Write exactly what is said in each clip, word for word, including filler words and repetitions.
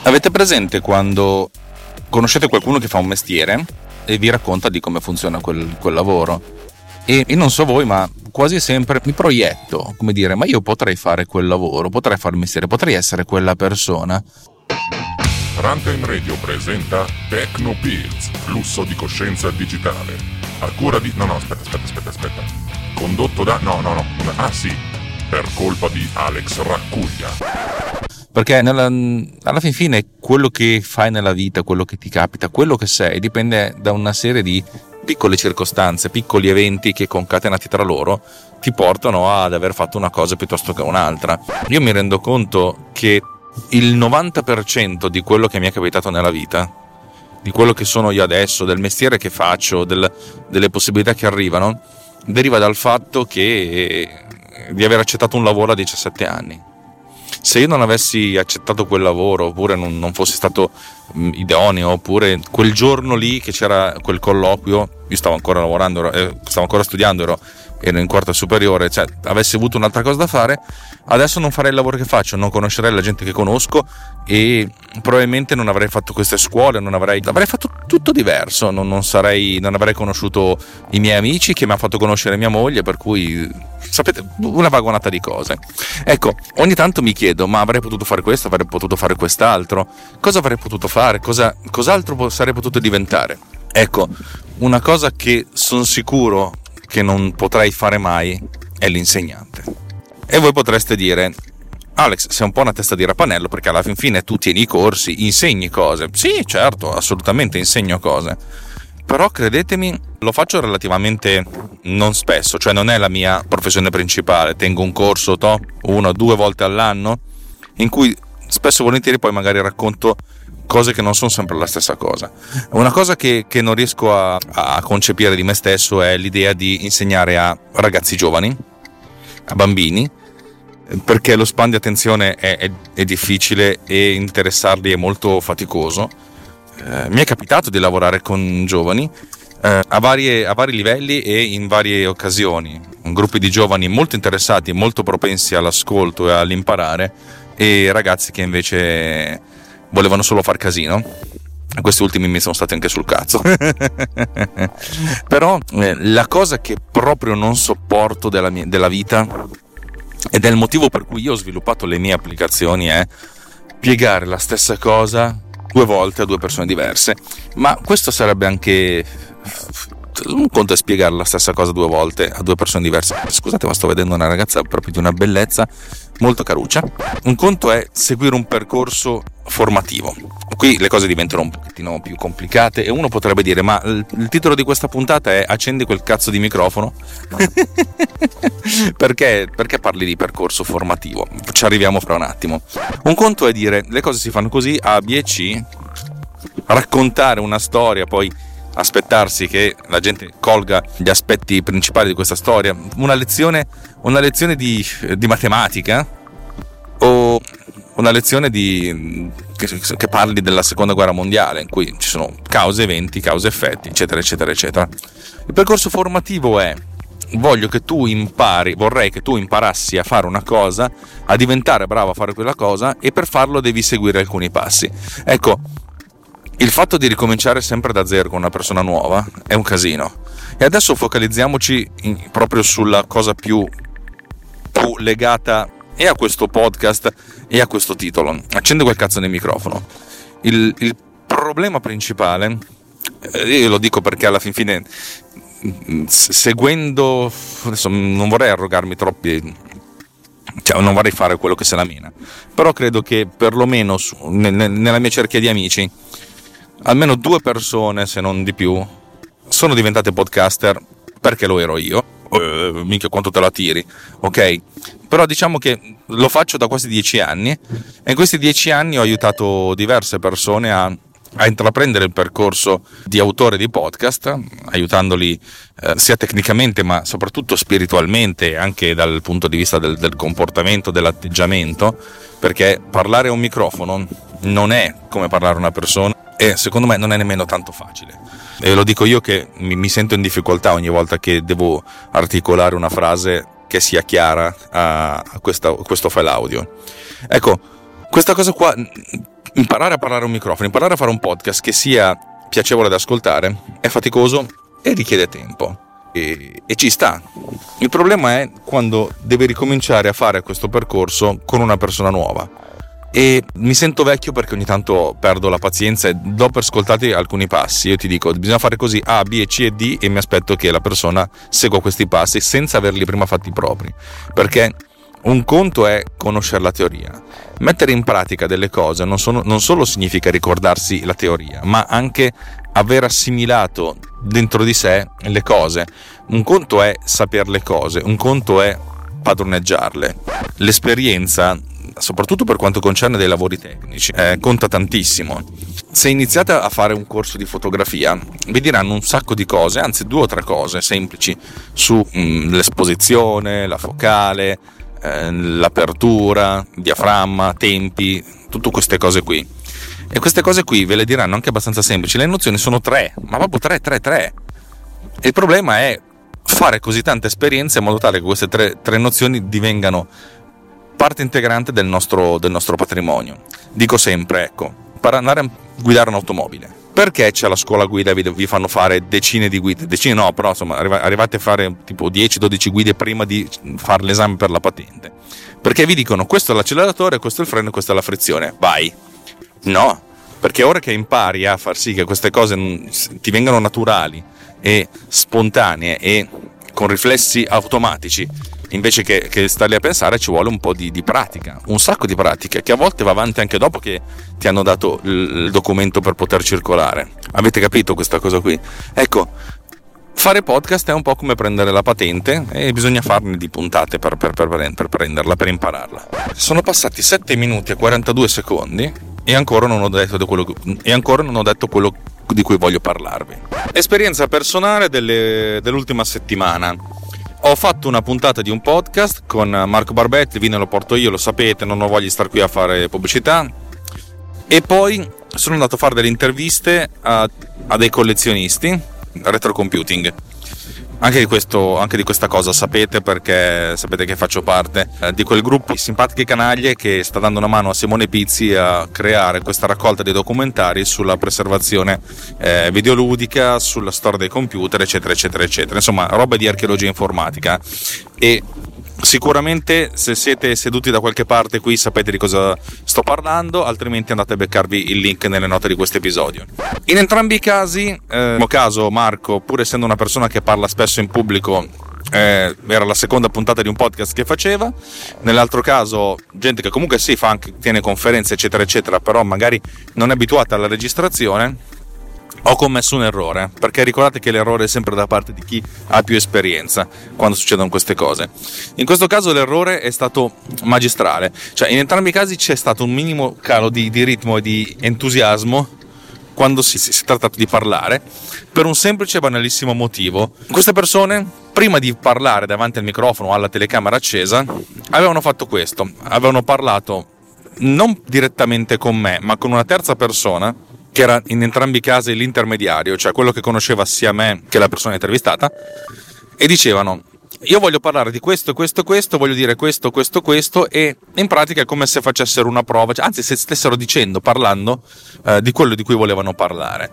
Avete presente quando conoscete qualcuno che fa un mestiere e vi racconta di come funziona quel, quel lavoro? E io non so voi, ma quasi sempre mi proietto, come dire, ma io potrei fare quel lavoro, potrei fare il mestiere, potrei essere quella persona. Runtime Radio presenta Techno Pills, flusso di coscienza digitale. A cura di... No, no, aspetta, aspetta, aspetta, aspetta. Condotto da... No, no, no. Ah, sì. Per colpa di Alex Raccuglia. Perché nella, alla fin fine quello che fai nella vita, quello che ti capita, quello che sei, dipende da una serie di piccole circostanze, piccoli eventi che concatenati tra loro ti portano ad aver fatto una cosa piuttosto che un'altra. Io mi rendo conto che il novanta per cento di quello che mi è capitato nella vita, di quello che sono io adesso, del mestiere che faccio, del, delle possibilità che arrivano, deriva dal fatto che di aver accettato un lavoro a diciassette anni. Se io non avessi accettato quel lavoro, oppure non, non fossi stato mh, idoneo, oppure quel giorno lì che c'era quel colloquio, io stavo ancora lavorando, eh, stavo ancora studiando, ero, ero in quarta superiore, cioè avessi avuto un'altra cosa da fare, adesso non farei il lavoro che faccio, non conoscerei la gente che conosco e probabilmente non avrei fatto queste scuole, non avrei, avrei fatto tutto diverso, non, non sarei, non avrei conosciuto i miei amici che mi hanno fatto conoscere mia moglie, per cui sapete, una vagonata di cose. Ecco, ogni tanto mi chiedo, ma avrei potuto fare questo, avrei potuto fare quest'altro, cosa avrei potuto fare, cosa, cos'altro sarei potuto diventare? Ecco, una cosa che sono sicuro che non potrei fare mai è l'insegnante. E voi potreste dire: Alex, sei un po' una testa di rapanello, perché alla fin fine tu tieni i corsi, insegni cose. Sì, certo, assolutamente insegno cose, però credetemi, lo faccio relativamente non spesso, cioè non è la mia professione principale. Tengo un corso to, una o due volte all'anno, in cui spesso e volentieri poi magari racconto cose che non sono sempre la stessa cosa. Una cosa che, che non riesco a, a concepire di me stesso è l'idea di insegnare a ragazzi giovani, a bambini, perché lo span di attenzione è, è, è difficile e interessarli è molto faticoso. Eh, mi è capitato di lavorare con giovani eh, a, varie, a vari livelli e in varie occasioni, gruppi di giovani molto interessati, molto propensi all'ascolto e all'imparare, e ragazzi che invece volevano solo far casino. Questi ultimi mi sono stati anche sul cazzo. Però eh, la cosa che proprio non sopporto della, mia, della vita, ed è il motivo per cui io ho sviluppato le mie applicazioni, è piegare la stessa cosa due volte a due persone diverse. Ma questo sarebbe anche un conto è spiegare la stessa cosa due volte a due persone diverse. Scusate, ma sto vedendo una ragazza proprio di una bellezza molto caruccia. Un conto è seguire un percorso formativo. Qui le cose diventano un pochettino più complicate e uno potrebbe dire: ma il, il titolo di questa puntata è accendi quel cazzo di microfono. perché, perché parli di percorso formativo? Ci arriviamo fra un attimo. Un conto è dire le cose si fanno così, A, B e C, raccontare una storia, poi aspettarsi che la gente colga gli aspetti principali di questa storia, una lezione, una lezione di, di matematica o una lezione di, che, che parli della seconda guerra mondiale, in cui ci sono cause, eventi, cause, effetti, eccetera, eccetera, eccetera. Il percorso formativo è: voglio che tu impari, vorrei che tu imparassi a fare una cosa, a diventare bravo a fare quella cosa, e per farlo devi seguire alcuni passi. Ecco, il fatto di ricominciare sempre da zero con una persona nuova è un casino. E adesso focalizziamoci in, proprio sulla cosa più, più legata e a questo podcast e a questo titolo. Accendo quel cazzo nel microfono. Il, il problema principale, eh, io lo dico perché alla fin fine, seguendo, adesso non vorrei arrogarmi troppi, cioè non vorrei fare quello che se la mena, però credo che perlomeno su, nel, nella mia cerchia di amici almeno due persone, se non di più, sono diventate podcaster perché lo ero io. Uh, minchia, quanto te la tiri, ok? Però diciamo che lo faccio da quasi dieci anni, e in questi dieci anni ho aiutato diverse persone a, a intraprendere il percorso di autore di podcast, aiutandoli eh, sia tecnicamente ma soprattutto spiritualmente, anche dal punto di vista del, del comportamento, dell'atteggiamento, perché parlare a un microfono non è come parlare a una persona, e secondo me non è nemmeno tanto facile. E lo dico io che mi, mi sento in difficoltà ogni volta che devo articolare una frase che sia chiara a, a, questa, a questo file audio. Ecco, Questa cosa qua, imparare a parlare a un microfono, imparare a fare un podcast che sia piacevole da ascoltare, è faticoso e richiede tempo. E, e ci sta. Il problema è quando devi ricominciare a fare questo percorso con una persona nuova. E mi sento vecchio perché ogni tanto perdo la pazienza e do per ascoltati alcuni passi. Io ti dico, bisogna fare così A, B, C e D, e mi aspetto che la persona segua questi passi senza averli prima fatti propri, perché un conto è conoscere la teoria. Mettere in pratica delle cose non, sono, non solo significa ricordarsi la teoria, ma anche aver assimilato dentro di sé le cose. Un conto è sapere le cose, un conto è padroneggiarle. L'esperienza, soprattutto per quanto concerne dei lavori tecnici, eh, conta tantissimo. Se iniziate a fare un corso di fotografia, vi diranno un sacco di cose, anzi due o tre cose semplici su mh, l'esposizione, la focale, eh, l'apertura, il diaframma, tempi, tutte queste cose qui. E queste cose qui ve le diranno anche abbastanza semplici. Le nozioni sono tre, ma proprio tre, tre, tre. E il problema è fare così tante esperienze in modo tale che queste tre, tre nozioni divengano parte integrante del nostro, del nostro patrimonio. Dico sempre, ecco, per andare a guidare un'automobile, perché c'è la scuola guida, vi, vi fanno fare decine di guide, decine no, però insomma arrivate a fare tipo dieci dodici guide prima di fare l'esame per la patente, perché vi dicono questo è l'acceleratore, questo è il freno, questa è la frizione, vai. No, perché ora che impari a far sì che queste cose ti vengano naturali e spontanee e con riflessi automatici, invece che, che stare lì a pensare, ci vuole un po' di, di pratica, un sacco di pratica, che a volte va avanti anche dopo che ti hanno dato il, il documento per poter circolare. Avete capito questa cosa qui? Ecco, fare podcast è un po' come prendere la patente e bisogna farne di puntate per, per, per, per prenderla, per impararla. Sono passati sette minuti e quarantadue secondi e ancora non ho detto quello, e ancora non ho detto quello di cui voglio parlarvi. Esperienza personale delle, dell'ultima settimana. Ho fatto una puntata di un podcast con Marco Barbetti, vi ne lo porto io, lo sapete, non ho voglia di star qui a fare pubblicità. E poi sono andato a fare delle interviste a, a dei collezionisti retro computing. Anche di questo, anche di questa cosa sapete, perché sapete che faccio parte eh, di quel gruppo di simpatiche canaglie che sta dando una mano a Simone Pizzi a creare questa raccolta di documentari sulla preservazione eh, videoludica, sulla storia dei computer, eccetera eccetera eccetera, insomma roba di archeologia informatica. E sicuramente se siete seduti da qualche parte qui sapete di cosa sto parlando, altrimenti andate a beccarvi il link nelle note di questo episodio. In entrambi i casi, eh, nel mio caso Marco, pur essendo una persona che parla spesso in pubblico, eh, era la seconda puntata di un podcast che faceva. Nell'altro caso gente che comunque sì, fa anche, tiene conferenze eccetera eccetera, però magari non è abituata alla registrazione. Ho commesso un errore, perché ricordate che l'errore è sempre da parte di chi ha più esperienza quando succedono queste cose. In questo caso l'errore è stato magistrale, cioè in entrambi i casi c'è stato un minimo calo di, di ritmo e di entusiasmo quando si, si, si è trattato di parlare, per un semplice e banalissimo motivo. Queste persone, prima di parlare davanti al microfono o alla telecamera accesa, avevano fatto questo, avevano parlato non direttamente con me, ma con una terza persona, che era in entrambi i casi l'intermediario, cioè quello che conosceva sia me che la persona intervistata, e dicevano: io voglio parlare di questo, questo, questo, voglio dire questo, questo, questo, e in pratica è come se facessero una prova, cioè, anzi se stessero dicendo, parlando eh, di quello di cui volevano parlare.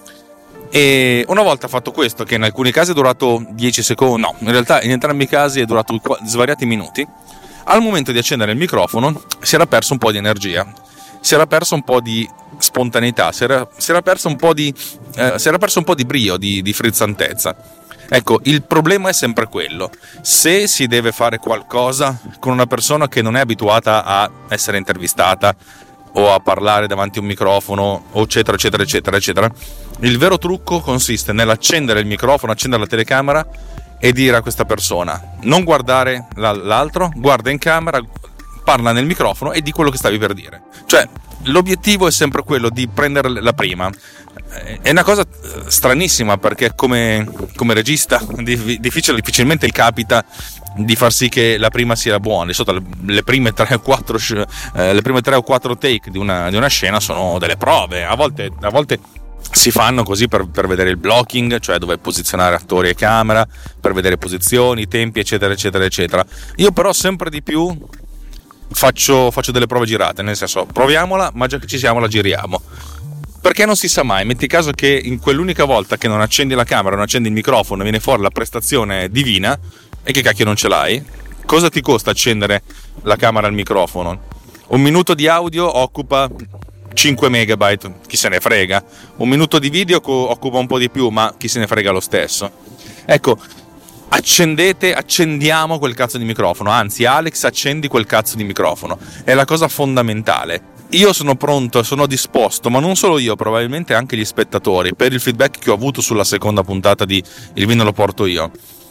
E una volta fatto questo, che in alcuni casi è durato dieci secondi, no, in realtà in entrambi i casi è durato svariati minuti, al momento di accendere il microfono si era perso un po' di energia, si era perso un po' di spontaneità, si era, si era perso un po' di eh, si era perso un po' di brio, di, di frizzantezza. Ecco, il problema è sempre quello: se si deve fare qualcosa con una persona che non è abituata a essere intervistata o a parlare davanti a un microfono, eccetera eccetera eccetera eccetera, il vero trucco consiste nell'accendere il microfono, accendere la telecamera e dire a questa persona: non guardare l'altro, guarda in camera, parla nel microfono e di quello che stavi per dire. Cioè, l'obiettivo è sempre quello di prendere la prima. È una cosa stranissima, perché come, come regista difficile, difficilmente capita di far sì che la prima sia buona. Di solito le prime tre o quattro eh, le prime tre o quattro take di una, di una scena sono delle prove. A volte, a volte si fanno così per, per vedere il blocking, cioè dove posizionare attori e camera, per vedere posizioni, tempi, eccetera eccetera eccetera. Io però sempre di più faccio, faccio delle prove girate, nel senso proviamola, ma già che ci siamo la giriamo, perché non si sa mai, metti caso che in quell'unica volta che non accendi la camera, non accendi il microfono, viene fuori la prestazione divina e che cacchio non ce l'hai. Cosa ti costa accendere la camera al microfono? Un minuto di audio occupa cinque megabyte, chi se ne frega. Un minuto di video occupa un po' di più, ma chi se ne frega lo stesso. Ecco, accendete, accendiamo quel cazzo di microfono, anzi Alex, accendi quel cazzo di microfono, è la cosa fondamentale. Io sono pronto, sono disposto, ma non solo io, probabilmente anche gli spettatori, per il feedback che ho avuto sulla seconda puntata di Il vino lo porto io.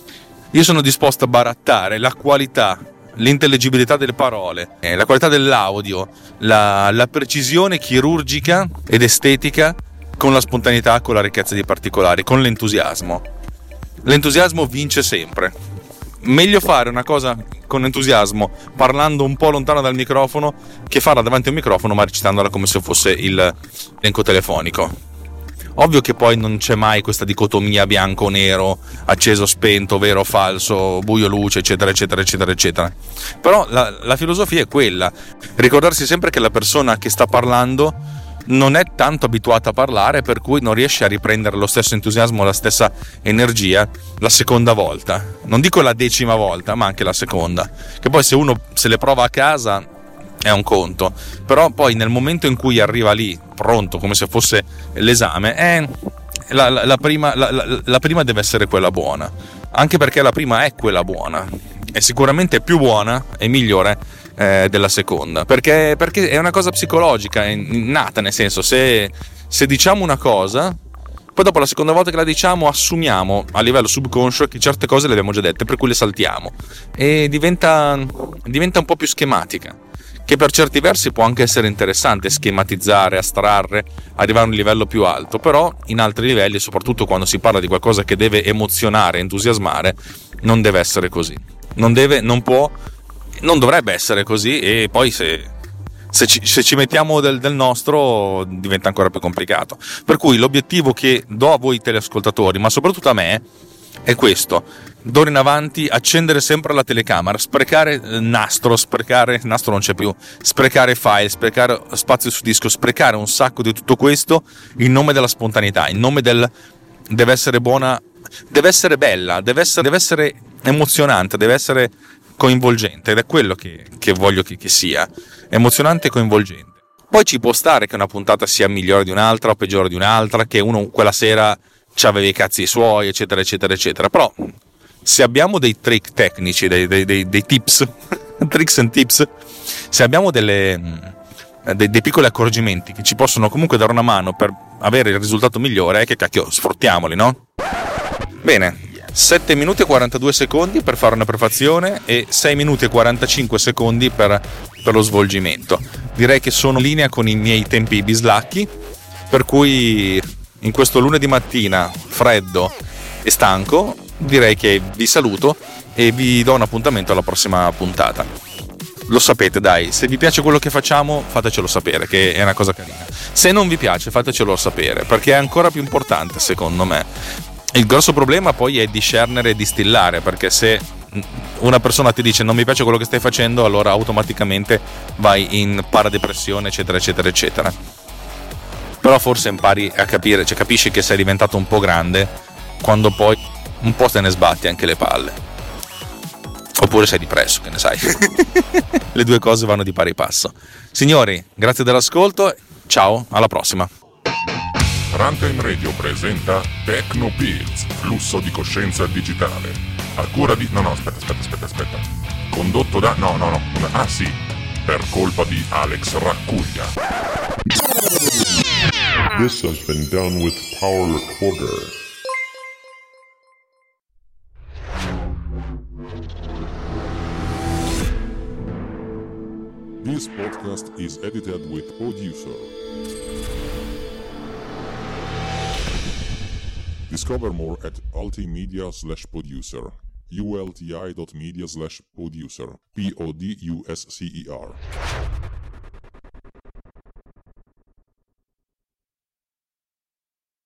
Io sono disposto a barattare la qualità, l'intelligibilità delle parole, eh, la qualità dell'audio, la, la precisione chirurgica ed estetica con la spontaneità, con la ricchezza di particolari, con l'entusiasmo. L'entusiasmo vince sempre. Meglio fare una cosa con entusiasmo parlando un po' lontano dal microfono che farla davanti a un microfono ma recitandola come se fosse il elenco telefonico. Ovvio che poi non c'è mai questa dicotomia bianco o nero, acceso spento, vero o falso, buio luce, eccetera eccetera eccetera eccetera. Però la, la filosofia è quella, ricordarsi sempre che la persona che sta parlando non è tanto abituata a parlare, per cui non riesce a riprendere lo stesso entusiasmo, la stessa energia la seconda volta. Non dico la decima volta, ma anche la seconda. Che poi se uno se le prova a casa è un conto, però poi nel momento in cui arriva lì pronto come se fosse l'esame, eh, la, la, la, prima, la, la, la prima deve essere quella buona, anche perché la prima è quella buona, è sicuramente più buona e migliore eh, della seconda, perché, perché è una cosa psicologica, è nata, nel senso, se, se diciamo una cosa, poi dopo la seconda volta che la diciamo assumiamo a livello subconscio che certe cose le abbiamo già dette, per cui le saltiamo e diventa, diventa un po' più schematica, che per certi versi può anche essere interessante schematizzare, astrarre, arrivare a un livello più alto, però in altri livelli, soprattutto quando si parla di qualcosa che deve emozionare, entusiasmare, non deve essere così, non deve, non può, non dovrebbe essere così, e poi se, se, ci, se ci mettiamo del, del nostro diventa ancora più complicato. Per cui l'obiettivo che do a voi teleascoltatori, ma soprattutto a me, è questo: d'ora in avanti accendere sempre la telecamera, sprecare nastro, sprecare nastro non c'è più, sprecare file, sprecare spazio su disco, sprecare un sacco di tutto questo in nome della spontaneità, in nome del deve essere buona, deve essere bella, deve essere, deve essere emozionante, deve essere coinvolgente, ed è quello che, che voglio che, che sia emozionante e coinvolgente. Poi ci può stare che una puntata sia migliore di un'altra o peggiore di un'altra, che uno quella sera ci aveva i cazzi suoi, eccetera eccetera eccetera, però se abbiamo dei trick tecnici, dei, dei, dei, dei tips tricks and tips, se abbiamo delle, dei, dei piccoli accorgimenti che ci possono comunque dare una mano per avere il risultato migliore, eh, che cacchio, sfruttiamoli, no? Bene, sette minuti e quarantadue secondi per fare una prefazione e sei minuti e quarantacinque secondi per, per lo svolgimento. Direi che sono in linea con i miei tempi bislacchi, per cui in questo lunedì mattina freddo e stanco direi che vi saluto e vi do un appuntamento alla prossima puntata. Lo sapete, dai, se vi piace quello che facciamo fatecelo sapere, che è una cosa carina. Se non vi piace fatecelo sapere, perché è ancora più importante secondo me. Il grosso problema poi è discernere e distillare, perché se una persona ti dice non mi piace quello che stai facendo, allora automaticamente vai in paradepressione, eccetera eccetera eccetera. Però forse impari a capire, cioè capisci che sei diventato un po' grande quando poi un po' te ne sbatti anche le palle, oppure sei depresso, che ne sai. Le due cose vanno di pari passo. Signori, grazie dell'ascolto, ciao, alla prossima. Runtime Radio presenta Techno Pills, flusso di coscienza digitale, a cura di... no no aspetta aspetta aspetta aspetta condotto da... no no no ah sì per colpa di Alex Raccuglia. This has been done with Power Recorder. This podcast is edited with Producer. Discover more at ultimedia slash producer, ulti dot media slash producer, P O D U S C E R.